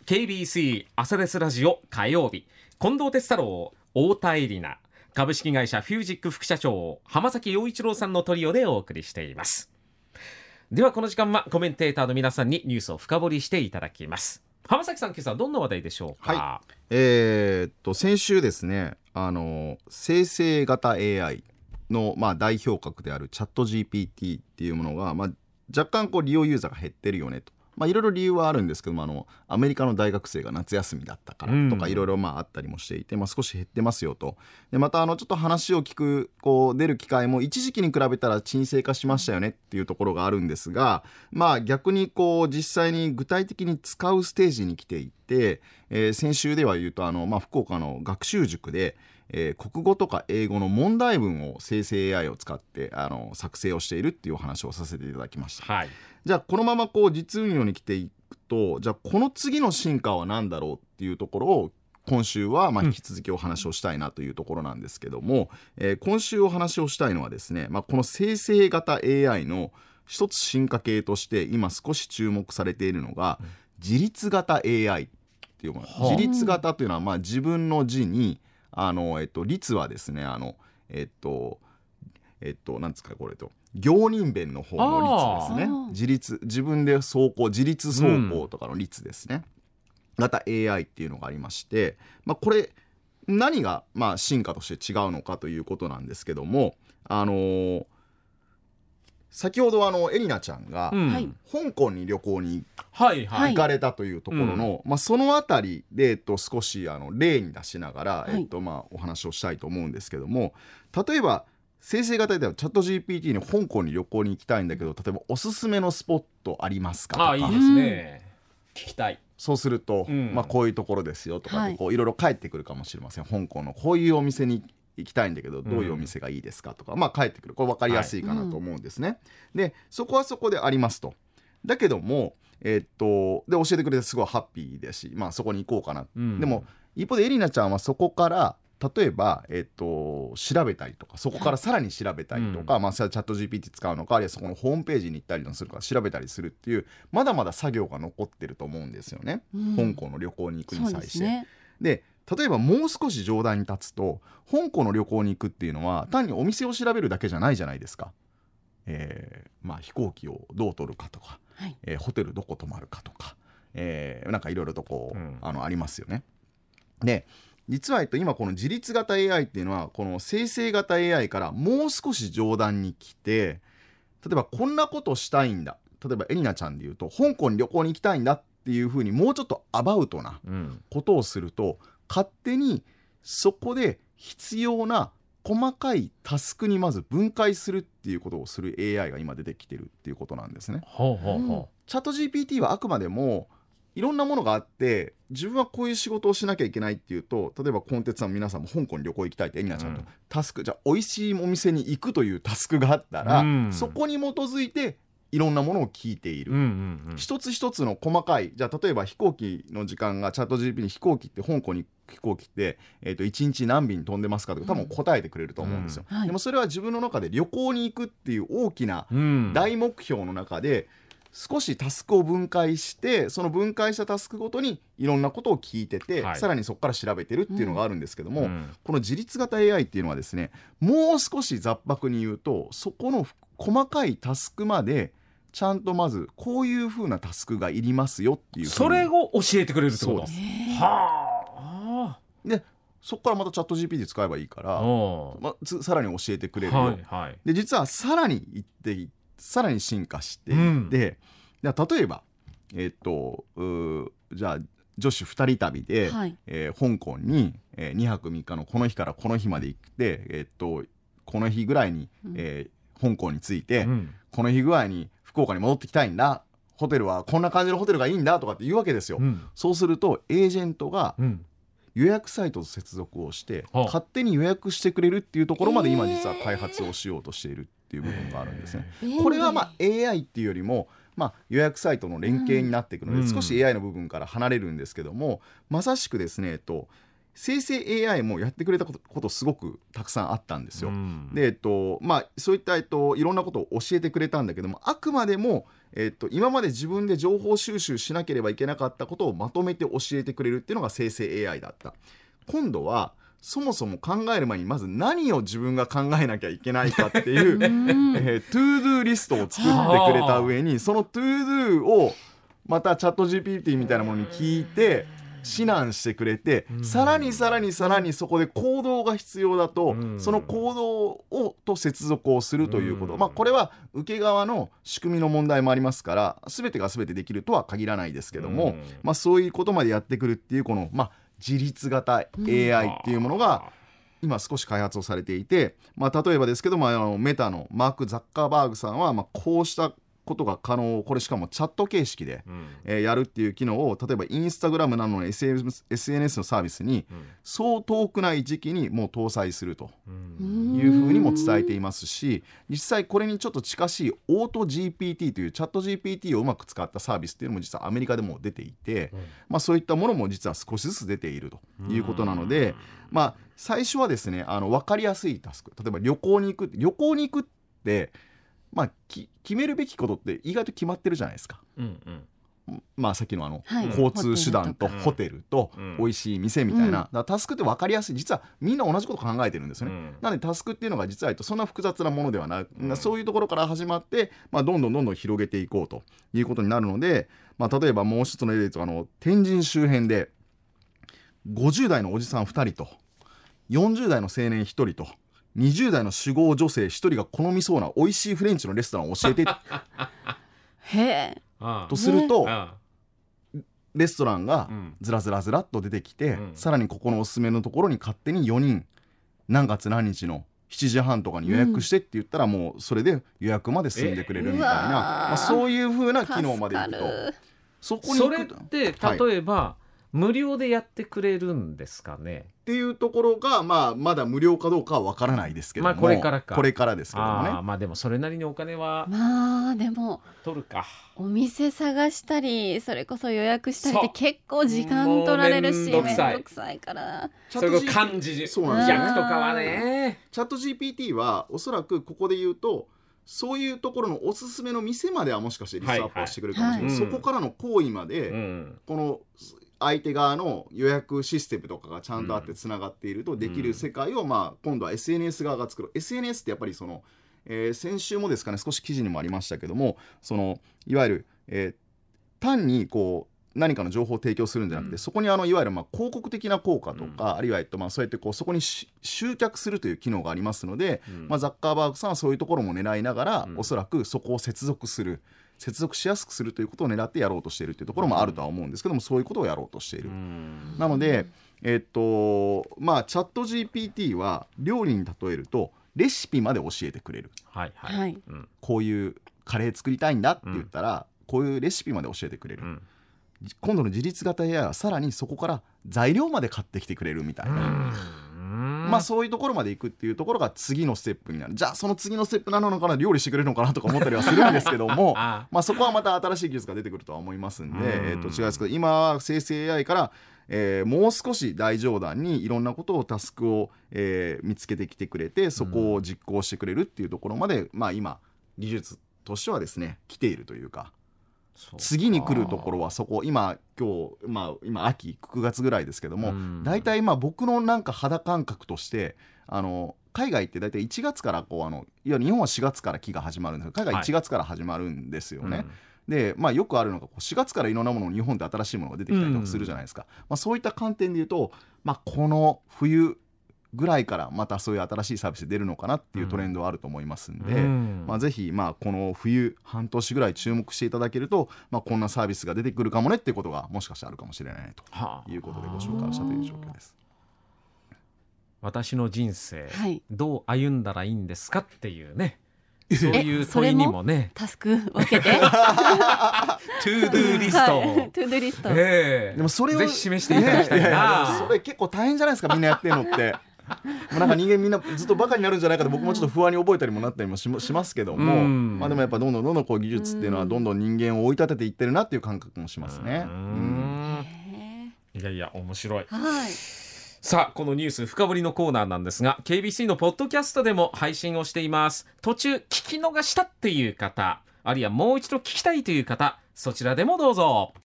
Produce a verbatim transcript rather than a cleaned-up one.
ケービーシー 朝ですラジオ火曜日、近藤哲太郎、太田恵里奈、株式会社フュージック副社長浜崎陽一郎さんのトリオでお送りしています。ではこの時間はコメンテーターの皆さんにニュースを深掘りしていただきます。浜崎さん、今朝はどんな話題でしょうか？ はい、えー、っと先週ですね、あの生成型 エーアイ の、まあ、代表格であるチャット ジーピーティー っていうものが、まあ、若干こう利用ユーザーが減ってるよねと、まあ、いろいろ理由はあるんですけども、あのアメリカの大学生が夏休みだったからとかいろいろまああったりもしていて、まあ、少し減ってますよと。でまたあのちょっと話を聞くこう出る機会も一時期に比べたら沈静化しましたよねっていうところがあるんですが、まあ逆にこう実際に具体的に使うステージに来ていて、えー、先週では言うとあの、まあ、福岡の学習塾でえー、国語とか英語の問題文を生成 エーアイ を使ってあの作成をしているっていうお話をさせていただきました、 はい、 じゃあこのままこう実運用に来ていくと、じゃあこの次の進化は何だろうっていうところを今週はまあ引き続きお話をしたいなというところなんですけども、うんえー、今週お話をしたいのはですね、まあ、この生成型 エーアイ の一つ進化系として今少し注目されているのが、うん、自律型 エーアイ っていうもの、はあ、自律型というのはまあ自分の字にあの、えっと、律はですね、あの、えっと、えっと、なんですか、これと、行人弁の方の律ですね。自律、自分で走行、自律走行とかの律ですね。うん、型 エーアイ っていうのがありまして、まあ、これ、何が、まあ、進化として違うのかということなんですけども、あのー、先ほどあのエリナちゃんが、うん、香港に旅行に行かれたというところの、はいはいまあ、そのあたりで、えっと、少しあの例に出しながら、はいえっとまあ、お話をしたいと思うんですけども、例えば生成型ではチャット ジーピーティー に香港に旅行に行きたいんだけど、例えばおすすめのスポットありますかとか、 あいいですね、うん、聞きたい。 そうすると、うんまあ、こういうところですよとかってこういろいろ返ってくるかもしれません。香港のこういうお店に行きたいんだけどどういうお店がいいですかとか、うん、まあ返ってくる。これ分かりやすいかなと思うんですね、はいうん、でそこはそこでありますと。だけども、えー、っとで教えてくれてすごいハッピーだし、まあ、そこに行こうかな、うん、でも一方でエリナちゃんはそこから例えば、えー、っと調べたりとかそこからさらに調べたりとか、はいまあ、チャット ジーピーティー 使うのかあるいはそこのホームページに行ったりするか調べたりするっていうまだまだ作業が残ってると思うんですよね、うん、香港の旅行に行くに際して。でで例えばもう少し上段に立つと香港の旅行に行くっていうのは単にお店を調べるだけじゃないじゃないですか、えーまあ、飛行機をどう取るかとか、はいえー、ホテルどこ泊まるかとか、えー、なんかいろいろとこう、うん、あのありますよね。で実は、えっと、今この自律型 エーアイ っていうのはこの生成型 エーアイ からもう少し上段に来て、例えばこんなことしたいんだ、例えばエリナちゃんで言うと香港に旅行に行きたいんだっていうふうにもうちょっとアバウトなことをすると、うん勝手にそこで必要な細かいタスクにまず分解するっていうことをする エーアイ が今出てきてるっていうことなんですね。ほうほうほう。チャット ジーピーティー はあくまでもいろんなものがあって自分はこういう仕事をしなきゃいけないっていうと、例えばコンテンツさん皆さんも香港に旅行行きたいってエリナちゃんと、うん、タスクじゃあ美味しいお店に行くというタスクがあったら、うん、そこに基づいていろんなものを聞いている、うんうんうん、一つ一つの細かいじゃあ例えば飛行機の時間がチャット ジーピーティー に飛行機って香港に飛行機って、えー、といちにち何便飛んでますかとか多分答えてくれると思うんですよ、うんはい、でもそれは自分の中で旅行に行くっていう大きな大目標の中で少しタスクを分解してその分解したタスクごとにいろんなことを聞いてて、はい、さらにそこから調べてるっていうのがあるんですけども、うん、この自律型 エーアイ っていうのはですねもう少し雑白に言うとそこの細かいタスクまでちゃんとまずこういう風なタスクがいりますよっていうそれを教えてくれるってこと。 そうです。はあ。でそこからまたチャット ジーピーティー 使えばいいから、ま、さらに教えてくれるよ、はいはい、で実はさらにいってさらに進化していって、うん、で例えばえー、っとじゃあ女子ふたり旅で、はいえー、香港に、えー、にはくみっかのこの日からこの日まで行って、えー、っとこの日ぐらいに、うんえー、香港に着いて、うん、この日ぐらいに福岡に戻ってきたいんだ、ホテルはこんな感じのホテルがいいんだとかって言うわけですよ、うん、そうするとエージェントが予約サイトと接続をして、うん、勝手に予約してくれるっていうところまで今実は開発をしようとしているっていう部分があるんですね。これはまあ エーアイ っていうよりもまあ、予約サイトの連携になっていくので、うん、少し エーアイ の部分から離れるんですけども、まさしくですね、えっと、生成 エーアイ もやってくれたこと、ことすごくたくさんあったんですよ、うん、で、えっとまあ、そういった、えっと、いろんなことを教えてくれたんだけどもあくまでもえー、と今まで自分で情報収集しなければいけなかったことをまとめて教えてくれるっていうのが生成 エーアイ だった。今度はそもそも考える前にまず何を自分が考えなきゃいけないかっていう、えー、トゥードゥーリストを作ってくれた上にそのトゥードゥーをまたチャット ジーピーティー みたいなものに聞いて指南してくれて、さらにさらにさらにそこで行動が必要だと、その行動をと接続をするということ、まあ、これは受け側の仕組みの問題もありますから全てが全てできるとは限らないですけども、まあ、そういうことまでやってくるっていうこの、まあ、自律型 エーアイ っていうものが今少し開発をされていて、まあ、例えばですけども、あのメタのマーク・ザッカーバーグさんは、まあ、こうしたことが可能、これしかもチャット形式で、うんえー、やるっていう機能を例えばインスタグラムなどの エスエヌエス のサービスに、うん、そう遠くない時期にもう搭載するというふうにも伝えていますし、実際これにちょっと近しいオート ジーピーティー というチャット ジーピーティー をうまく使ったサービスっていうのも実はアメリカでも出ていて、うんまあ、そういったものも実は少しずつ出ているということなので、まあ、最初はですねあの分かりやすいタスク、例えば旅行に行く旅行に行くってまあ、き決めるべきことって意外と決まってるじゃないですか、うんうん、まあさっきのあの、はい、交通手段とホテルと美味しい店みたいな、うん、だからタスクって分かりやすい、実はみんな同じこと考えてるんですよね、うん、なのでタスクっていうのが実はそんな複雑なものではない、うん、そういうところから始まって、まあ、どんどんどんどん広げていこうということになるので、まあ、例えばもう一つの例で言うとあの天神周辺でごじゅう代のおじさんふたりとよんじゅう代の青年ひとりとにじゅう代の酒豪女性ひとりが好みそうな美味しいフレンチのレストランを教えてへえとするとレストランがずらずらずらっと出てきて、うん、さらにここのおすすめのところに勝手によにん何月何日のしちじはんとかに予約してって言ったら、もうそれで予約まで済んでくれるみたいな、まあ、そういう風な機能までいくとそこに行くとそれって例えば、はい、無料でやってくれるんですかねっていうところが、まあ、まだ無料かどうかは分からないですけども、 まあ、これからかこれからですけどもね。 あ、まあ、でもそれなりにお金はまあでも取るか。 お店探したりそれこそ予約したりって結構時間取られるしめんどくさい、くさいからそれが漢字そうなんですよね。 役とかはねチャット ジーピーティー はおそらくここで言うとそういうところのおすすめの店まではもしかしてリストアップをしてくれるかもしれない、はいはい、そこからの行為まで、うん、この相手側の予約システムとかがちゃんとあってつながっているとできる世界を、まあ、今度は エスエヌエス 側が作る。 エスエヌエス ってやっぱりその、えー、先週もですかね少し記事にもありましたけども、そのいわゆる、えー、単にこう何かの情報を提供するんじゃなくて、うん、そこにあのいわゆるまあ広告的な効果とか、うん、あるいはえっとまあそうやってこうそこに集客するという機能がありますので、うんまあ、ザッカーバーグさんはそういうところも狙いながら、うん、おそらくそこを接続する接続しやすくするということを狙ってやろうとしているというところもあるとは思うんですけども、そういうことをやろうとしている。なので、えっとまあ、チャット ジーピーティー は料理に例えるとレシピまで教えてくれる、はいはいうん、こういうカレー作りたいんだって言ったら、うん、こういうレシピまで教えてくれる、うん、今度の自律型 エーアイ はさらにそこから材料まで買ってきてくれるみたいな、うんまあ、そういうところまで行くっていうところが次のステップになる。じゃあその次のステップなのかな、料理してくれるのかなとか思ったりはするんですけどもまあそこはまた新しい技術が出てくるとは思いますんで、えー、と違いますけど今は生成 エーアイ から、えー、もう少し大上段にいろんなことをタスクを、えー、見つけてきてくれてそこを実行してくれるっていうところまで、まあ、今技術としてはですね来ているというか、次に来るところはそこ今今日、まあ、今秋くがつぐらいですけども、だいたいまあ僕のなんか肌感覚としてあの海外ってだいたいいちがつからこうあのいや日本はしがつから期が始まるんですけど海外いちがつから始まるんですよね、はいうん、でまあよくあるのがこうしがつからいろんなもの日本って新しいものが出てきたりとかするじゃないですか、まあ、そういった観点で言うと、まあ、この冬ぐらいからまたそういう新しいサービスで出るのかなっていうトレンドはあると思いますんで、うんまあ、ぜひまあこの冬半年ぐらい注目していただけると、まあ、こんなサービスが出てくるかもねっていうことがもしかしてあるかもしれないということでご紹介したという状況です。 私の人生、はい、どう歩んだらいいんですかっていうねそういう問いにもねタスク分けてトゥードゥーリスト、はい、 トゥードゥーリスト、 えー、でもそれをぜひ示していただきたいな、いやいやそれ結構大変じゃないですかみんなやってるのってもうなんか人間みんなずっとバカになるんじゃないかと僕もちょっと不安に覚えたりもなったりも し, しますけども、まあ、でもやっぱどんどんどんどんこう技術っていうのはどんどん人間を追い立てていってるなっていう感覚もしますね。うんいやいや面白い、 はい、 さあこのニュース深掘りのコーナーなんですが ケービーシー のポッドキャストでも配信をしています。途中聞き逃したっていう方あるいはもう一度聞きたいという方、そちらでもどうぞ。